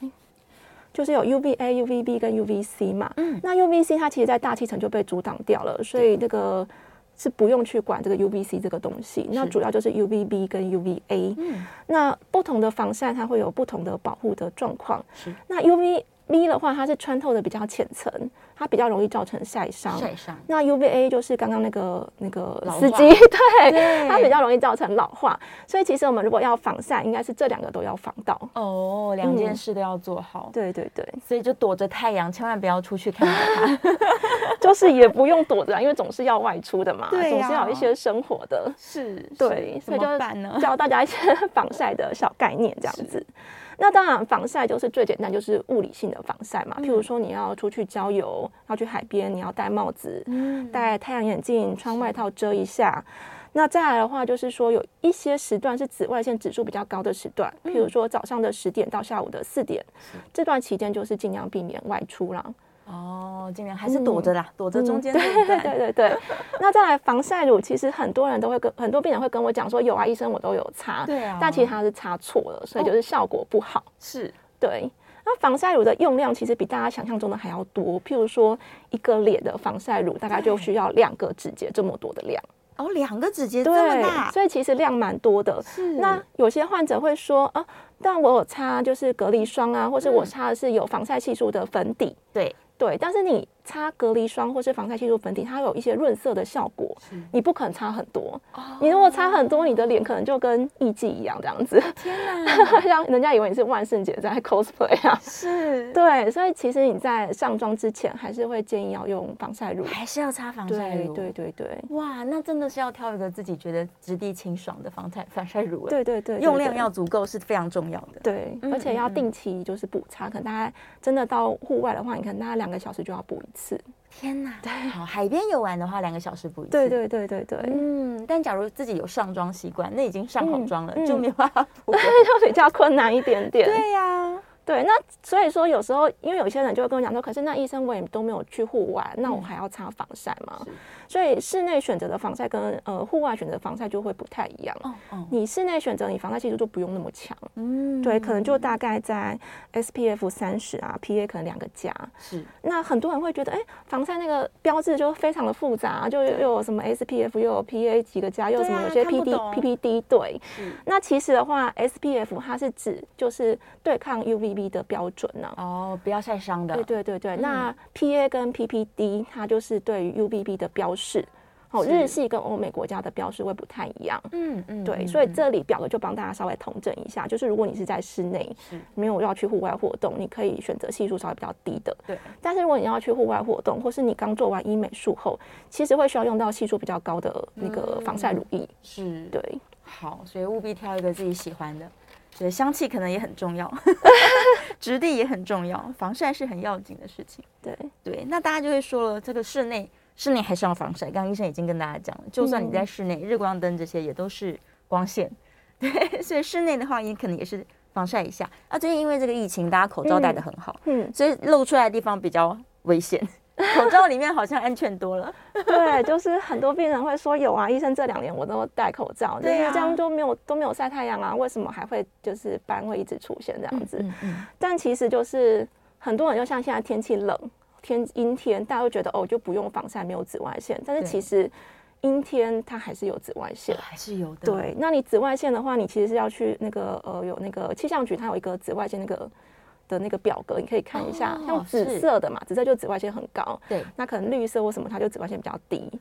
UVA、UVB 跟 UVC 嘛。那 UVC 它其实在大气层就被阻挡掉了，所以这个是不用去管这个 UVC 这个东西。那主要就是 UVB 跟 UVA。那不同的防晒它会有不同的保护的状况。那 UVB 的话，它是穿透的比较浅层，它比较容易造成晒伤。那 UVA 就是刚刚那个司机，对，它比较容易造成老化。所以其实我们如果要防晒，应该是这2个都要防到。 哦，2件事都要做好。 对， 所以就躲着太阳，千万不要出去看到它。 就是也不用躲着，因为总是要外出的嘛， 对， 总是要有一些生活的。 是， 对，所以就呢教大家一些防晒的小概念，这样子。那当然，防晒就是最简单，就是物理性的防晒嘛。譬如说，你要出去郊游，要去海边，你要戴帽子、戴太阳眼镜、穿外套遮一下。那再来的话，就是说有一些时段是紫外线指数比较高的时段，譬如说早上的10点到下午的4点，这段期间就是尽量避免外出啦。 哦，尽量还是躲着啦，躲着中间那一段。 对。那再来防晒乳，其实很多病人会跟我讲说，有啊，医生我都有擦， 对啊， 但其实他是擦错了，所以就是效果不好。 是， 对。那防晒乳的用量其实比大家想象中的还要多，譬如说一个脸的防晒乳大概就需要2个指节这么多的量。 哦，2个指节这么大， 所以其实量蛮多的。那有些患者会说啊，但我有擦就是隔离霜啊，或是我擦的是有防晒系数的粉底。对，但是你擦隔离霜或是防晒系数粉底，它有一些润色的效果，你不可能擦很多。你如果擦很多，你的脸可能就跟艺妓一样这样子。 天哪， 让人家以为你是万圣节在 cosplay 啊。 是， 对，所以其实你在上妆之前，还是会建议要用防晒乳， 还是要擦防晒乳。 对。 哇，那真的是要挑一个自己觉得质地清爽的防晒乳了。 对， 用量要足够是非常重要的。 对，而且要定期就是补擦，可能大概真的到户外的话，你可能大概2个小时就要补1次。 天哪！对，好，海边游玩的话，2个小时补1次。 对。 但假如自己有上妆习惯，那已经上好妆了，就没有办法补， 就比较困难一点点。 对呀。 对，那所以说有时候，因为有些人就会跟我讲说，可是那医生我也都没有去户外，那我还要擦防晒吗？所以室内选择的防晒跟户外选择的防晒就会不太一样。你室内选择，你防晒系数就不用那么强。对，可能就大概在 SPF 30啊 ，PA 可能2个加。是。那很多人会觉得，防晒那个标志就非常的复杂，就又有什么 SPF，又有 PA 几个加，又有什么有些 PPD。对。那其实的话 ，SPF 它是指就是对抗 UVB 的标准呢。 不要晒伤的。 对。那 PA 跟 PPD 它就是对于 UVB 的标示。日系跟欧美国家的标示会不太一样。对，所以这里表格就帮大家稍微统整一下，就是如果你是在室内，没有要去户外活动，你可以选择系数稍微比较低的。对。但是如果你要去户外活动，或是你刚做完医美术后，其实会需要用到系数比较高的那个防晒乳液。 是。 对。 好，所以务必挑一个自己喜欢的。对，香气可能也很重要，质地也很重要，防晒是很要紧的事情。对，那大家就会说了，这个室内还是要防晒。刚刚医生已经跟大家讲了，就算你在室内，日光灯这些也都是光线。对，所以室内的话，也可能也是防晒一下。最近因为这个疫情，大家口罩戴得很好，所以露出来的地方比较危险。口罩里面好像安全多了。 对，就是很多病人会说，有啊，医生这2年我都戴口罩，就是这样都没有晒太阳啊，为什么还会就是斑会一直出现这样子？但其实就是很多人就像现在天气冷，阴天，大家会觉得就不用防晒，没有紫外线，但是其实阴天它还是有紫外线， 还是有的。 对，那你紫外线的话，你其实是要去那个有那个气象局，它有一个紫外线那个表格，你可以看一下，像紫色的嘛，紫色就紫外线很高，对，那可能绿色或什么它就紫外线比较低。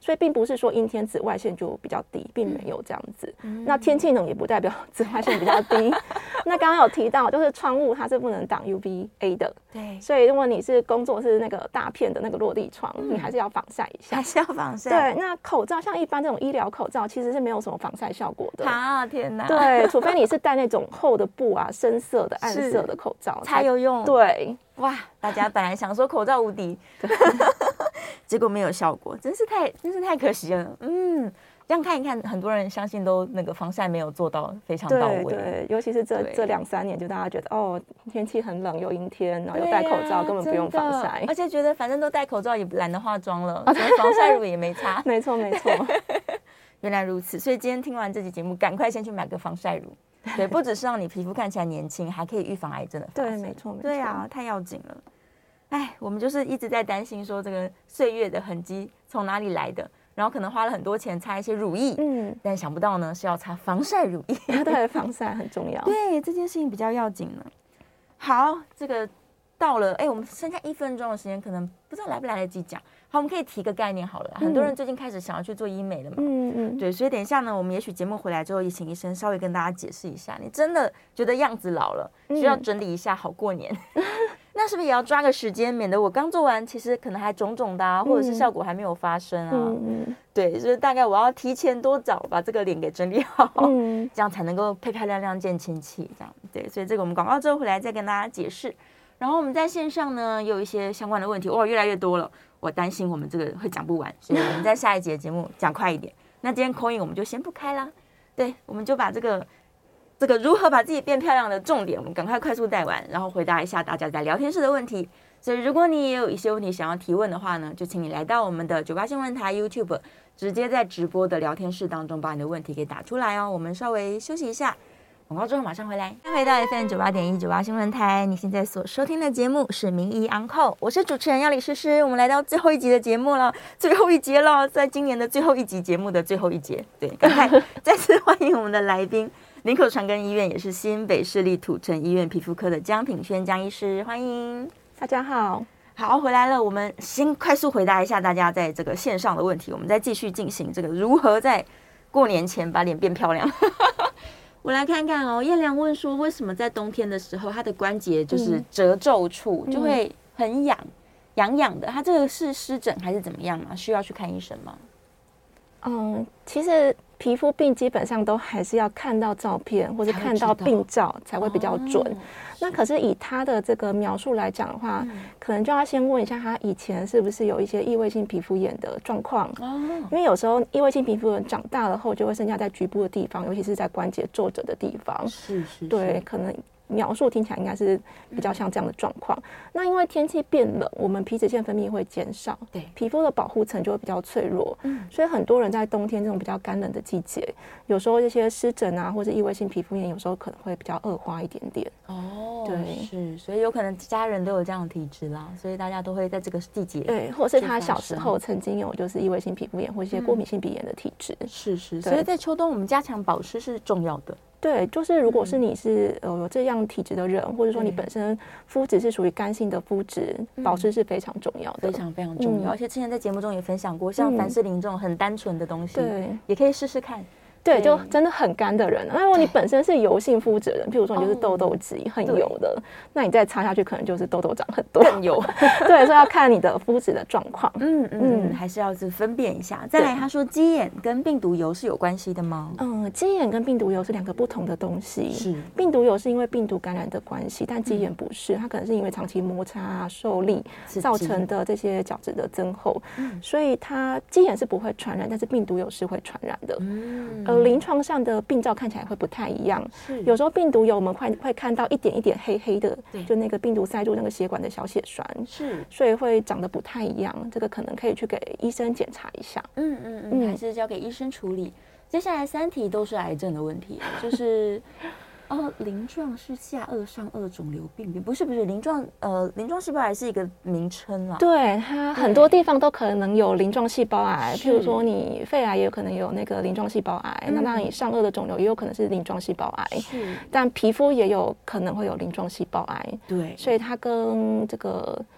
所以并不是说阴天紫外线就比较低，并没有这样子。那天气冷也不代表紫外线比较低。那刚刚有提到，就是窗户它是不能挡 UVA 的， 对， 所以如果你是工作是那个大片的那个落地窗，你还是要防晒一下， 还是要防晒。 对，那口罩像一般这种医疗口罩，其实是没有什么防晒效果的。 啊，天哪！ 对，除非你是戴那种厚的布啊、深色的、暗色的口罩才有用。 对， 哇，大家本来想说口罩无敌，结果没有效果，真是太可惜了。这样看一看，很多人相信都那个防晒没有做到非常到位。 对，尤其是这2-3年，就大家觉得哦，天气很冷，有阴天，然后又戴口罩，根本不用防晒， 而且觉得反正都戴口罩，也懒得化妆了，防晒乳也没擦。 没错。 原来如此，所以今天听完这期节目，赶快先去买个防晒乳。对，不只是让你皮肤看起来年轻，还可以预防癌症的发生。 对，没错。 对啊，太要紧了。哎，我们就是一直在担心说这个岁月的痕迹从哪里来的，然后可能花了很多钱擦一些乳液，但想不到呢是要擦防晒乳液。 对，防晒很重要。 对，这件事情比较要紧呢。好，这个到了，我们剩下1分钟的时间，可能不知道来不来得及讲。好，我们可以提个概念好了。很多人最近开始想要去做医美了嘛，对，所以等一下呢，我们也许节目回来之后，也请医生稍微跟大家解释一下，你真的觉得样子老了，需要整理一下，好过年。那是不是也要抓个时间，免得我刚做完，其实可能还肿肿的啊，或者是效果还没有发生啊？对，所以大概我要提前多早把这个脸给整理好，这样才能够漂漂亮亮见亲戚。这样对，所以这个我们广告之后回来再跟大家解释。然后我们在线上呢，也有一些相关的问题，越来越多了，我担心我们这个会讲不完，所以我们在下一节节目讲快一点。那今天call in我们就先不开啦，对，我们就把这个如何把自己变漂亮的重点，我们赶快快速带完，然后回答一下大家在聊天室的问题。所以如果你也有一些问题想要提问的话呢，就请你来到我们的98新闻台 YouTube， 直接在直播的聊天室当中把你的问题给打出来哦。我们稍微休息一下，广告之后马上回来。回到 FM98.1 98新闻台，你现在所收听的节目是名医安扣，我是主持人要李诗诗。我们来到最后一集的节目了，最后一节了，在今年的最后一集节目的最后一节，对，赶快再次欢迎我们的来宾。林口长庚医院也是新北市立土城医院皮肤科的江品轩江医师，欢迎大家好。 好，回来了，我们先快速回答一下大家在这个线上的问题，我们再继续进行这个如何在过年前把脸变漂亮。我来看看哦，燕良问说，为什么在冬天的时候，它的关节就是褶皱处就会很痒痒的？它这个是湿疹还是怎么样吗？需要去看医生吗？ 其实皮肤病基本上都还是要看到照片或者看到病照才会比较准。那可是以他的这个描述来讲的话，可能就要先问一下他以前是不是有一些异位性皮肤炎的状况。因为有时候异位性皮肤炎长大了后就会剩下在局部的地方，尤其是在关节皱褶的地方。是，对，可能描述听起来应该是比较像这样的状况。那因为天气变冷，我们皮脂腺分泌会减少，对，皮肤的保护层就会比较脆弱。所以很多人在冬天这种比较干冷的季节，有时候这些湿疹啊，或者异位性皮肤炎，有时候可能会比较恶化一点点。对， 是，所以有可能家人都有这样的体质啦，所以大家都会在这个季节， 对，或是他小时候曾经有就是异位性皮肤炎或一些过敏性鼻炎的体质。 是，所以在秋冬我们加强保湿是重要的。 对，就是如果是你是有这样体质的人，或者说你本身肤质是属于干性的肤质，保湿是非常重要的， 非常非常重要。而且之前在节目中也分享过，像凡士林这种很单纯的东西，对，也可以试试看。 对，就真的很干的人，那如果你本身是油性肤质的人，譬如说你就是痘痘肌很油的，那你再擦下去可能就是痘痘长很多， 更油。 对，所以要看你的肤质的状况。 还是要分辨一下。再来，他说鸡眼跟病毒疣是有关系的吗？ 鸡眼跟病毒疣是2个不同的东西。是，病毒疣是因为病毒感染的关系，但鸡眼不是，它可能是因为长期摩擦啊、受力造成的这些角质的增厚，所以它鸡眼是不会传染，但是病毒疣是会传染的。临床上的病灶看起来会不太一样，有时候病毒疣我们会看到一点一点黑黑的，就那个病毒塞住那个血管的小血栓，所以会长得不太一样。这个可能可以去给医生检查一下。 还是交给医生处理。接下来3题都是癌症的问题，就是鳞状是下颚上颚肿瘤病变，不是鳞状细胞癌是一个名称啦。 对，它很多地方都可能有鳞状细胞癌，譬如说你肺癌也有可能有那个鳞状细胞癌，那当然你上颚的肿瘤也有可能是鳞状细胞癌，但皮肤也有可能会有鳞状细胞癌。对，所以它跟这个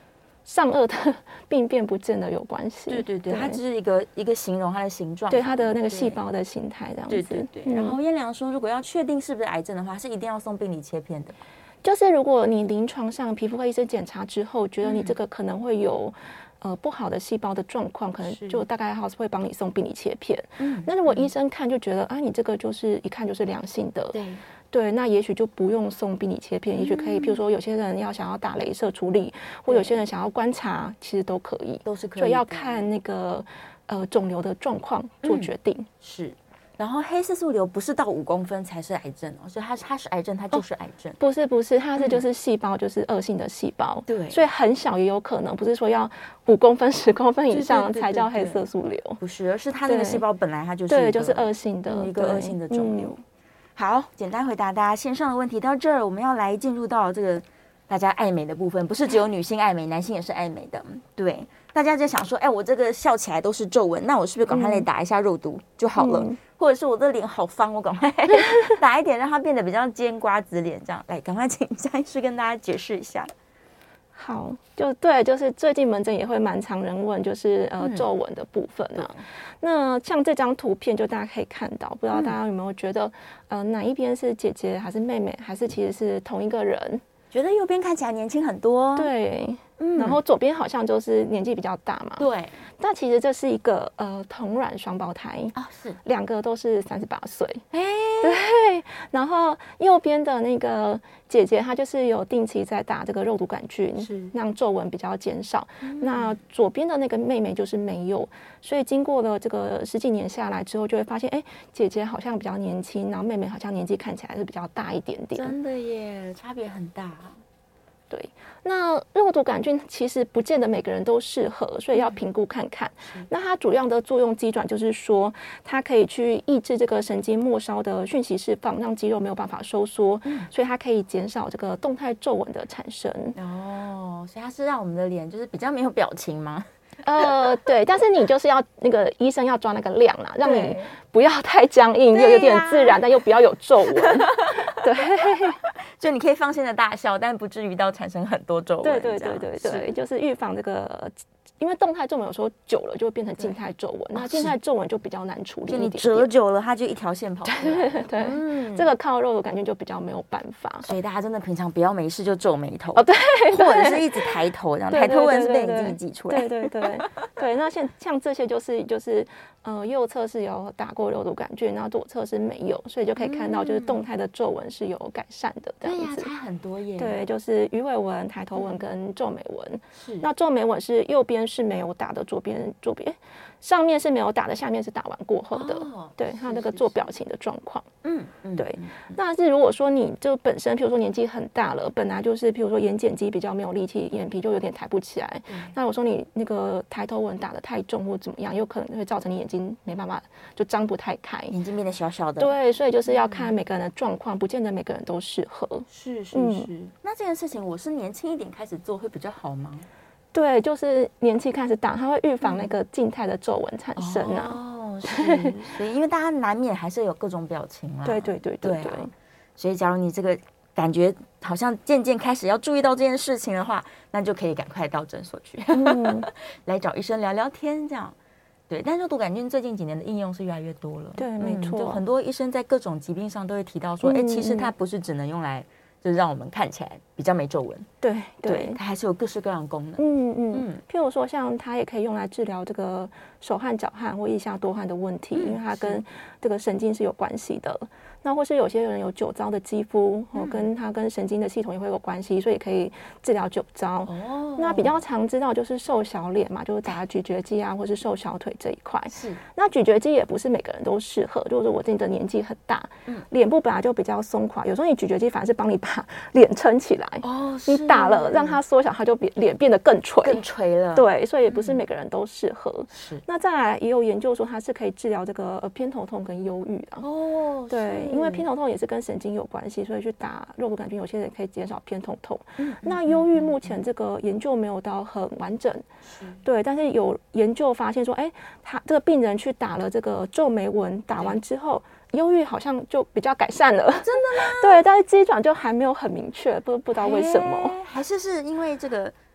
上颚的病变不见得有关系。 对对对，它只是一个形容它的形状， 对它的那个细胞的形态这样子。 对对对。然后燕良说，如果要确定是不是癌症的话，是一定要送病理切片的。 就是如果你临床上皮肤科医生检查之后，觉得你这个可能会有不好的细胞的状况，可能就大概会帮你送病理切片。那如果医生看就觉得你这个就是一看就是良性的，对，那也许就不用送病理切片，也许可以，譬如说有些人想要打雷射处理，或有些人想要观察，其实都可以， 都是可以， 所以要看那个肿瘤的状况做决定。 是。然后黑色素瘤不是到5公分才是癌症所以它是癌症，它就是癌症。 不是，它是就是细胞，就是恶性的细胞。 对， 所以很小也有可能，不是说要5公分、10公分以上才叫黑色素瘤， 不是，而是它那个细胞本来它就是就是恶性的一个恶性的肿瘤。好，简单回答大家线上的问题到这儿，我们要来进入到这个大家爱美的部分，不是只有女性爱美，男性也是爱美的。对，大家在想说，我这个笑起来都是皱纹，那我是不是赶快来打一下肉毒就好了？或者是我的脸好方，我赶快打一点，让它变得比较尖瓜子脸，这样来，赶快请夏医师跟大家解释一下。 好，就是最近门诊也会蛮常人问，就是皱纹的部分啊。那像这张图片，就大家可以看到，不知道大家有没有觉得，哪一边是姐姐还是妹妹，还是其实是同一个人？ 觉得右边看起来年轻很多， 对，然后左边好像就是年纪比较大嘛， 对。 那其实这是一个同卵双胞胎是 2个都是38岁，对。然后右边的那个姐姐她就是有定期在打这个肉毒杆菌，是让皱纹比较减少。那左边的那个妹妹就是没有，所以经过了这个10几年下来之后，就会发现，姐姐好像比较年轻，然后妹妹好像年纪看起来是比较大一点点。 真的耶，差别很大。 对，那肉毒杆菌其实不见得每个人都适合，所以要评估看看。那它主要的作用机转就是说，它可以去抑制这个神经末梢的讯息释放，让肌肉没有办法收缩，所以它可以减少这个动态皱纹的产生。 所以它是让我们的脸就是比较没有表情吗？ 对，但是你就是要那个医生要抓那个量啦，让你不要太僵硬，又有点自然，但又不要有皱纹。对， 就你可以放心的大笑，但不至于到产生很多皱纹。 对，就是预防这个。因为动态皱纹有时候久了就会变成静态皱纹，那静态皱纹就比较难处理一点点， 就你折久了它就一条线跑出来。 对，这个靠肉毒杆菌就比较没有办法， 所以大家真的平常不要没事就皱眉头对， 或者是一直抬头，这样抬头纹是被你自己挤出来。 对，那像这些就是右侧是有打过肉毒杆菌，然后左侧是没有，所以就可以看到就是动态的皱纹是有改善的这样子。 差很多耶。 对，就是鱼尾纹、抬头纹跟皱眉纹。那皱眉纹是右边是没有打的，左边上面是没有打的，下面是打完过后的。对，它那个做表情的状况。对。那是如果说你就本身，譬如说年纪很大了，本来就是譬如说眼睑肌比较没有力气，眼皮就有点抬不起来。那如果说你那个抬头纹打得太重或怎么样，有可能会造成你眼睛没办法就张不太开， 眼睛变得小小的。 对，所以就是要看每个人的状况，不见得每个人都适合。 是。那这件事情我是年轻一点开始做会比较好吗？ 对，就是年纪开始打，它会预防那个静态的皱纹产生啊。 是，所以因为大家难免还是有各种表情啦。 对。 所以假如你这个感觉好像渐渐开始要注意到这件事情的话，那就可以赶快到诊所去，来找医生聊聊天，这样。对，但肉毒杆菌最近几年的应用是越来越多了。 对，没错， 就很多医生在各种疾病上都会提到说，其实它不是只能用来就是让我们看起来比较没皱纹。对，它还是有各式各样的功能。 譬如说像它也可以用来治疗这个手汗、脚汗或腋下多汗的问题，因为它跟这个神经是有关系的。那或是有些人有酒糟的肌肤，跟它跟神经的系统也会有关系，所以可以治疗酒糟。那比较常知道就是瘦小脸嘛，就是打咀嚼肌啊，或是瘦小腿这一块。那咀嚼肌也不是每个人都适合，就是我自己的年纪很大，脸部本来就比较松垮，有时候你咀嚼肌反而是帮你把脸撑起来。你打了让它缩小，它就脸变得更垂了。 对，所以也不是每个人都适合。那再来也有研究说它是可以治疗这个偏头痛跟忧郁啊。对。因为偏头痛也是跟神经有关系，所以去打肉毒杆菌，有些人可以减少偏头痛。那忧郁目前这个研究没有到很完整，对，但是有研究发现说，他这个病人去打了这个皱眉纹，打完之后，忧郁好像就比较改善了。真的吗？对，但是机转就还没有很明确，不知道为什么。 还是因为这个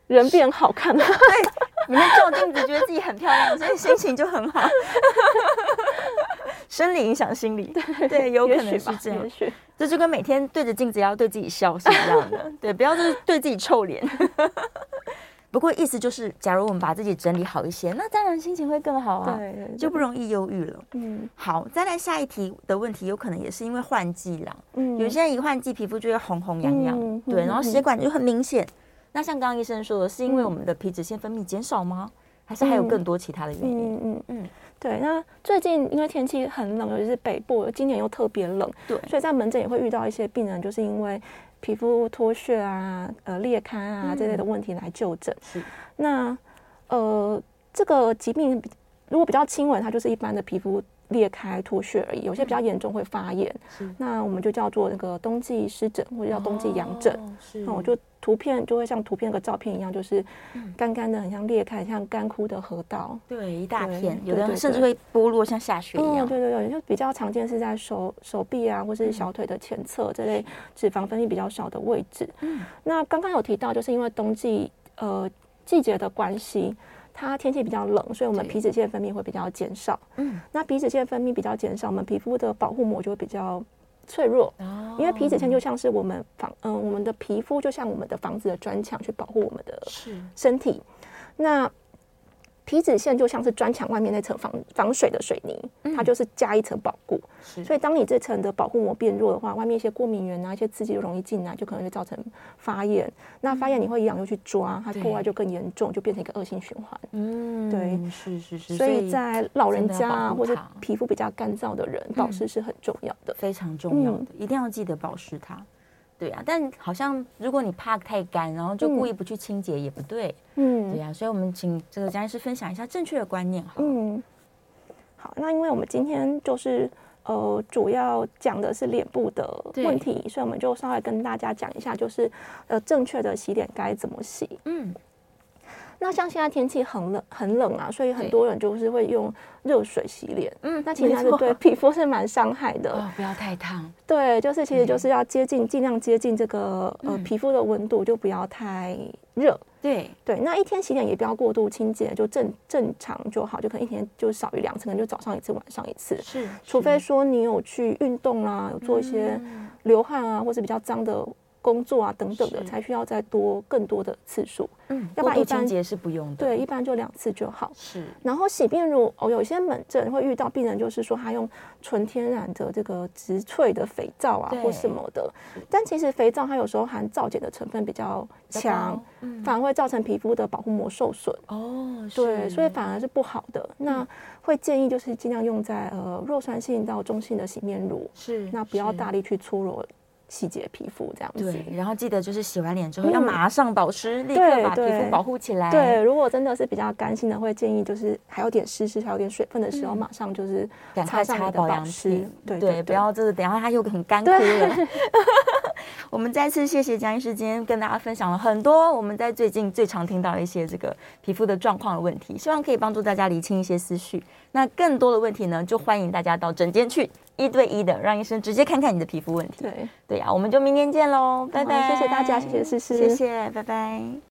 人变好看了。 对，你们照镜子觉得自己很漂亮，所以心情就很好。生理影响心理，对，有可能是这样。这就跟每天对着镜子要对自己笑是一样的，对，不要就是对自己臭脸。不过意思就是，假如我们把自己整理好一些，那当然心情会更好啊，对，就不容易忧郁了。好，再来下一题的问题，有可能也是因为换季啦。有些人一换季皮肤就会红红痒痒，对，然后血管就很明显。那像刚刚医生说的，是因为我们的皮脂腺分泌减少吗？还是还有更多其他的原因？ 对，那最近因为天气很冷，尤其是北部，今年又特别冷，对，所以在门诊也会遇到一些病人，就是因为皮肤脱屑啊、裂开啊这类的问题来就诊。是，那这个疾病如果比较轻微，它就是一般的皮肤裂开脱屑而已，有些比较严重会发炎，那我们就叫做那个冬季湿疹或者叫冬季痒疹。那我就图片就会像图片那个照片一样，就是干干的，很像裂开，很像干枯的河道。对，一大片，有的甚至会剥落，像下雪一样。对，就比较常见是在手臂啊，或是小腿的前侧这类脂肪分泌比较少的位置。那刚刚有提到，就是因为冬季季节的关系。它天气比较冷，所以我们皮脂腺分泌会比较减少。那皮脂腺分泌比较减少，我们皮肤的保护膜就会比较脆弱。因为皮脂腺就像是我们的皮肤就像我们的房子的砖墙，去保护我们的身体。那皮脂腺就像是砖墙外面那层防水的水泥，它就是加一层保护。所以当你这层的保护膜变弱的话，外面一些过敏源啊、一些刺激就容易进来，就可能会造成发炎。那发炎你会一痒又去抓，它破坏就更严重，就变成一个恶性循环。对，是。所以在老人家啊，或者皮肤比较干燥的人，保湿是很重要的， 非常重要的，一定要记得保湿它。对啊，但好像如果你怕太干，然后就故意不去清洁也不对。对啊，所以我们请这个江医师分享一下正确的观念好。 好，那因为我们今天就是主要讲的是脸部的问题，所以我们就稍微跟大家讲一下，就是正确的洗脸该怎么洗。那像现在天气很冷啊，所以很多人就是会用热水洗脸。那其实它是对皮肤是蛮伤害的。 不要太烫。 对，其实就是要尽量接近这个皮肤的温度，就不要太热。对，那一天洗脸也不要过度清洁，就正常就好，就可能一天就少于2次，可能就早上1次，晚上1次。除非说你有去运动啊，有做一些流汗啊，或是比较脏的工作啊等等的，才需要再更多的次数。 要不然一般清洁是不用的。 对，一般就2次就好。然后洗面乳有些门诊会遇到病人，就是说他用纯天然的这个植萃的肥皂啊或什么的，但其实肥皂它有时候含皂碱的成分比较强，反而会造成皮肤的保护膜受损。对，所以反而是不好的。那会建议就是尽量用在弱酸性到中性的洗面乳，那不要大力去搓揉细节皮肤这样子。 对，然后记得就是洗完脸之后要马上保湿，立刻把皮肤保护起来。 对，如果真的是比较干性的，会建议就是还有点湿还有点水分的时候，马上就是擦上你的保湿。 对，不要就是等一下它又很干枯了。我们再次谢谢江医师今天跟大家分享了很多我们在最近最常听到的一些这个皮肤的状况的问题，希望可以帮助大家厘清一些思绪。那更多的问题呢，就欢迎大家到诊间去1对1的让医生直接看看你的皮肤问题。对呀，我们就明天见喽，拜拜。 谢谢大家，谢谢诗诗， 谢谢，拜拜。